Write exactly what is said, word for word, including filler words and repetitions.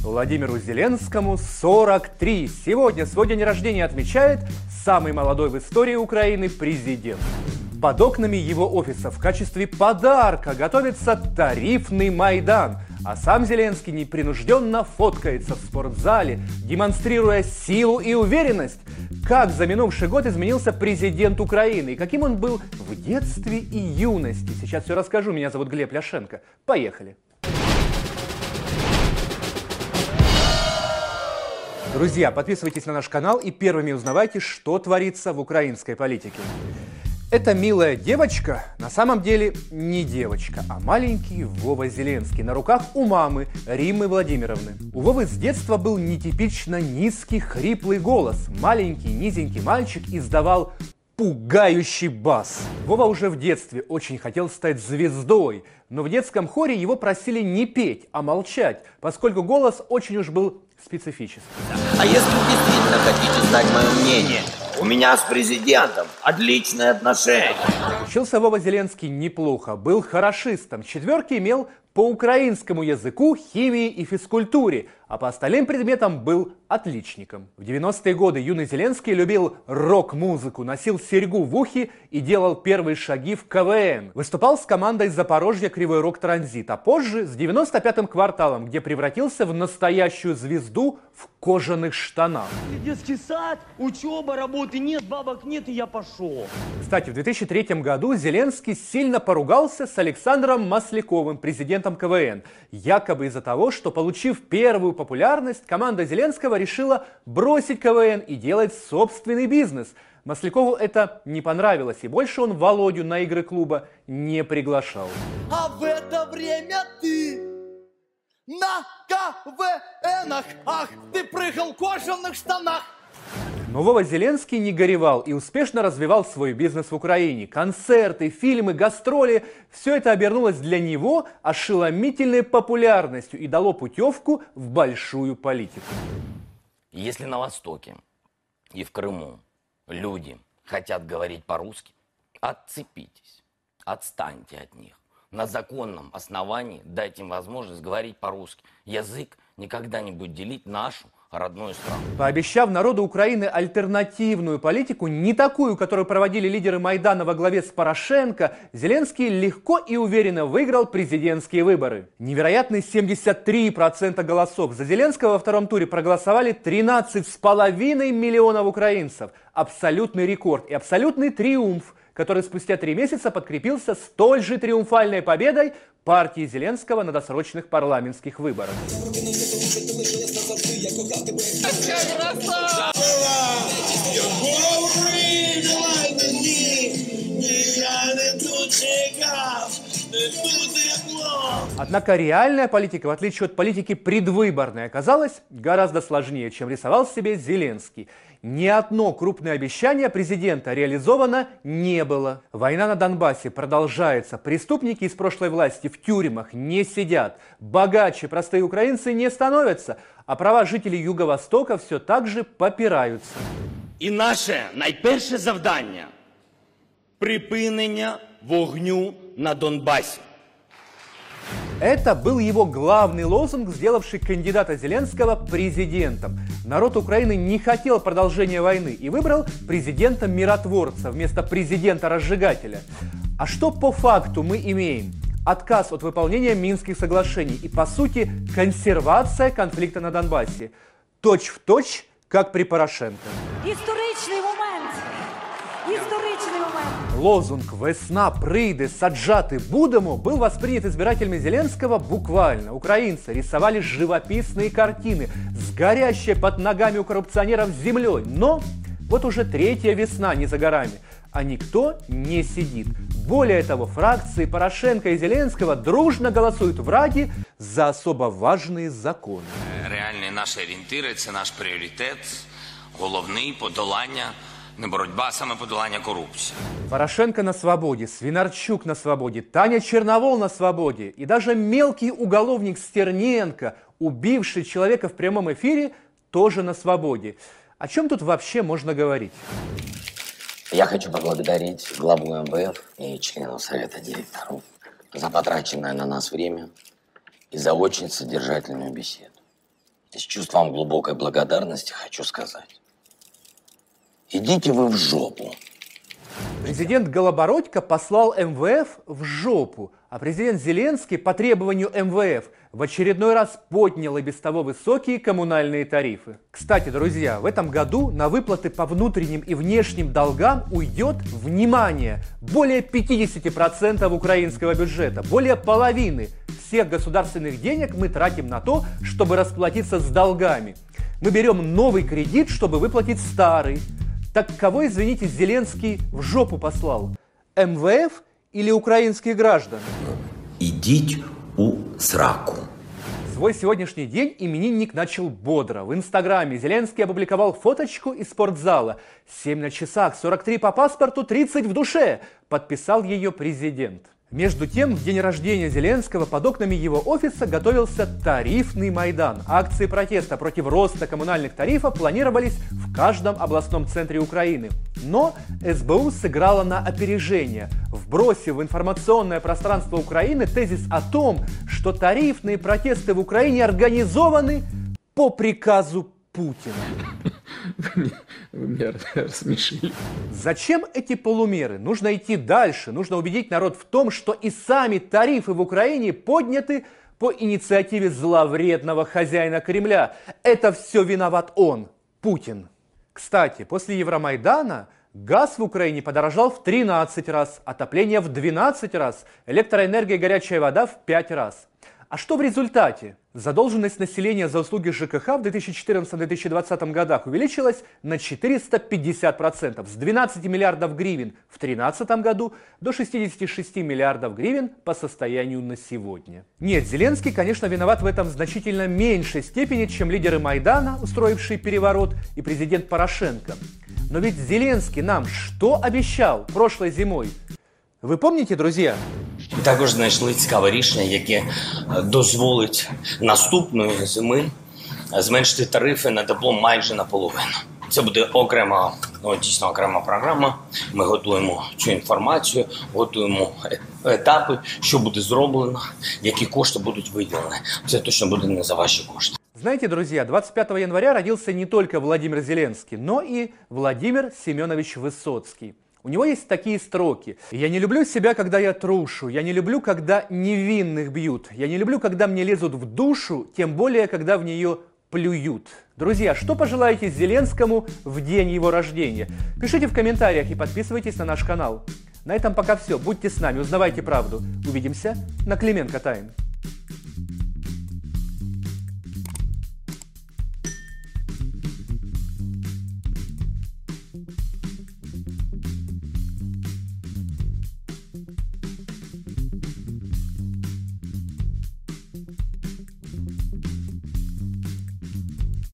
Владимиру Зеленскому сорок три. Сегодня свой день рождения отмечает самый молодой в истории Украины президент. Под окнами его офиса в качестве подарка готовится тарифный Майдан. А сам Зеленский непринужденно фоткается в спортзале, демонстрируя силу и уверенность. Как за минувший год изменился президент Украины и каким он был в детстве и юности. Сейчас все расскажу. Меня зовут Глеб Ляшенко. Поехали. Друзья, подписывайтесь на наш канал и первыми узнавайте, что творится в украинской политике. Эта милая девочка на самом деле не девочка, а маленький Вова Зеленский на руках у мамы Риммы Владимировны. У Вовы с детства был нетипично низкий хриплый голос. Маленький низенький мальчик издавал пугающий бас. Вова уже в детстве очень хотел стать звездой, но в детском хоре его просили не петь, а молчать, поскольку голос очень уж был специфический. А если вы действительно хотите знать мое мнение, у меня с президентом отличные отношения. Учился Вова Зеленский неплохо, был хорошистом, четверки имел по украинскому языку, химии и физкультуре, а по остальным предметам был отличником. В девяностые годы юный Зеленский любил рок-музыку, носил серьгу в ухе и делал первые шаги в ка вэ эн. Выступал с командой Запорожья Кривой Рог Транзит, а позже с девяносто пятым кварталом, где превратился в настоящую звезду в кожаных штанах. Детский сад, учеба, работы нет, бабок нет, и я пошел. Кстати, в две тысячи третьем году Зеленский сильно поругался с Александром Масляковым, президентом ка вэ эн. Якобы из-за того, что, получив первую популярность, команда Зеленского решила бросить ка вэ эн и делать собственный бизнес. Маслякову это не понравилось, и больше он Володю на игры клуба не приглашал. А в это время ты на ка вэ энах, ах, ты прыгал в кожаных штанах. Но Вова Зеленский не горевал и успешно развивал свой бизнес в Украине. Концерты, фильмы, гастроли – все это обернулось для него ошеломительной популярностью и дало путевку в большую политику. Если на Востоке и в Крыму люди хотят говорить по-русски, отцепитесь, отстаньте от них. На законном основании дайте им возможность говорить по-русски. Язык никогда не будет делить нашу родную страну. Пообещав народу Украины альтернативную политику, не такую, которую проводили лидеры Майдана во главе с Порошенко, Зеленский легко и уверенно выиграл президентские выборы. Невероятные семьдесят три процента голосов. За Зеленского во втором туре проголосовали тринадцать с половиной миллионов украинцев. Абсолютный рекорд и абсолютный триумф, который спустя три месяца подкрепился столь же триумфальной победой партии Зеленского на досрочных парламентских выборах. Однако реальная политика, в отличие от политики предвыборной, оказалась гораздо сложнее, чем рисовал себе Зеленский. Ни одно крупное обещание президента реализовано не было. Война на Донбассе продолжается. Преступники из прошлой власти в тюрьмах не сидят. Богаче простые украинцы не становятся. А права жителей Юго-Востока все так же попираются. І наше найперше завдання – припинення вогню на Донбасі. Это был его главный лозунг, сделавший кандидата Зеленского президентом. Народ Украины не хотел продолжения войны и выбрал президента-миротворца вместо президента-разжигателя. А что по факту мы имеем? Отказ от выполнения Минских соглашений и, по сути, консервация конфликта на Донбассе. Точь в точь, как при Порошенко. Історичний момент! Історичний момент! Лозунг «Весна прийде, саджати будемо» был воспринят избирателями Зеленского буквально. Украинцы рисовали живописные картины с горящей под ногами у коррупционеров землей. Но вот уже третья весна не за горами, а никто не сидит. Более того, фракции Порошенко и Зеленского дружно голосуют в Раді за особо важные законы. Реальні наші орієнтири – це наш пріоритет, головний подолання, не боротьба, а саме подолання корупції. Порошенко на свободе, Свинарчук на свободе, Таня Черновол на свободе и даже мелкий уголовник Стерненко, убивший человека в прямом эфире, тоже на свободе. О чем тут вообще можно говорить? Я хочу поблагодарить главу эм вэ эф и членов совета директоров за потраченное на нас время и за очень содержательную беседу. И с чувством глубокой благодарности хочу сказать. Идите вы в жопу. Президент Голобородько послал эм вэ эф в жопу, а президент Зеленский по требованию эм вэ эф в очередной раз поднял и без того высокие коммунальные тарифы. Кстати, друзья, в этом году на выплаты по внутренним и внешним долгам уйдет, внимание, более пятидесяти процентов украинского бюджета, более половины всех государственных денег мы тратим на то, чтобы расплатиться с долгами. Мы берем новый кредит, чтобы выплатить старый. Так кого, извините, Зеленский в жопу послал? эм вэ эф или украинские граждане? Идите у сраку. Свой сегодняшний день именинник начал бодро. В инстаграме Зеленский опубликовал фоточку из спортзала. семь на часах, сорок три по паспорту, тридцать в душе. Подписал ее президент. Между тем, в день рождения Зеленского под окнами его офиса готовился тарифный Майдан. Акции протеста против роста коммунальных тарифов планировались в каждом областном центре Украины. Но эс бэ у сыграла на опережение, вбросив в информационное пространство Украины тезис о том, что тарифные протесты в Украине организованы по приказу Путина. Вы меня рассмешили. Зачем эти полумеры? Нужно идти дальше. Нужно убедить народ в том, что и сами тарифы в Украине подняты по инициативе зловредного хозяина Кремля. Это все виноват он, Путин. Кстати, после Евромайдана газ в Украине подорожал в тринадцать раз, отопление в двенадцать раз, электроэнергия и горячая вода в пять раз. А что в результате? Задолженность населения за услуги жэ ка ха в две тысячи четырнадцатом — две тысячи двадцатом годах увеличилась на четыреста пятьдесят процентов, с двенадцати миллиардов гривен в две тысячи тринадцатом году до шестидесяти шести миллиардов гривен по состоянию на сегодня. Нет, Зеленский, конечно, виноват в этом в значительно меньшей степени, чем лидеры Майдана, устроившие переворот, и президент Порошенко. Но ведь Зеленский нам что обещал прошлой зимой? Ви помните, друзі? Також знайшли цікаве рішення, яке дозволить наступної зими зменшити тарифи на тепло майже наполовину. Це буде окрема, ну, дійсно окрема програма. Ми готуємо цю інформацію, готуємо етапи, що буде зроблено, які кошти будуть виділені. Це точно буде не за ваші кошти. Знаете, друзья, двадцать пятого января родился не только Владимир Зеленский, но и Владимир Семенович Высоцкий. У него есть такие строки. «Я не люблю себя, когда я трушу, я не люблю, когда невинных бьют, я не люблю, когда мне лезут в душу, тем более, когда в нее плюют». Друзья, что пожелаете Зеленскому в день его рождения? Пишите в комментариях и подписывайтесь на наш канал. На этом пока все. Будьте с нами, узнавайте правду. Увидимся на Клименко Тайм.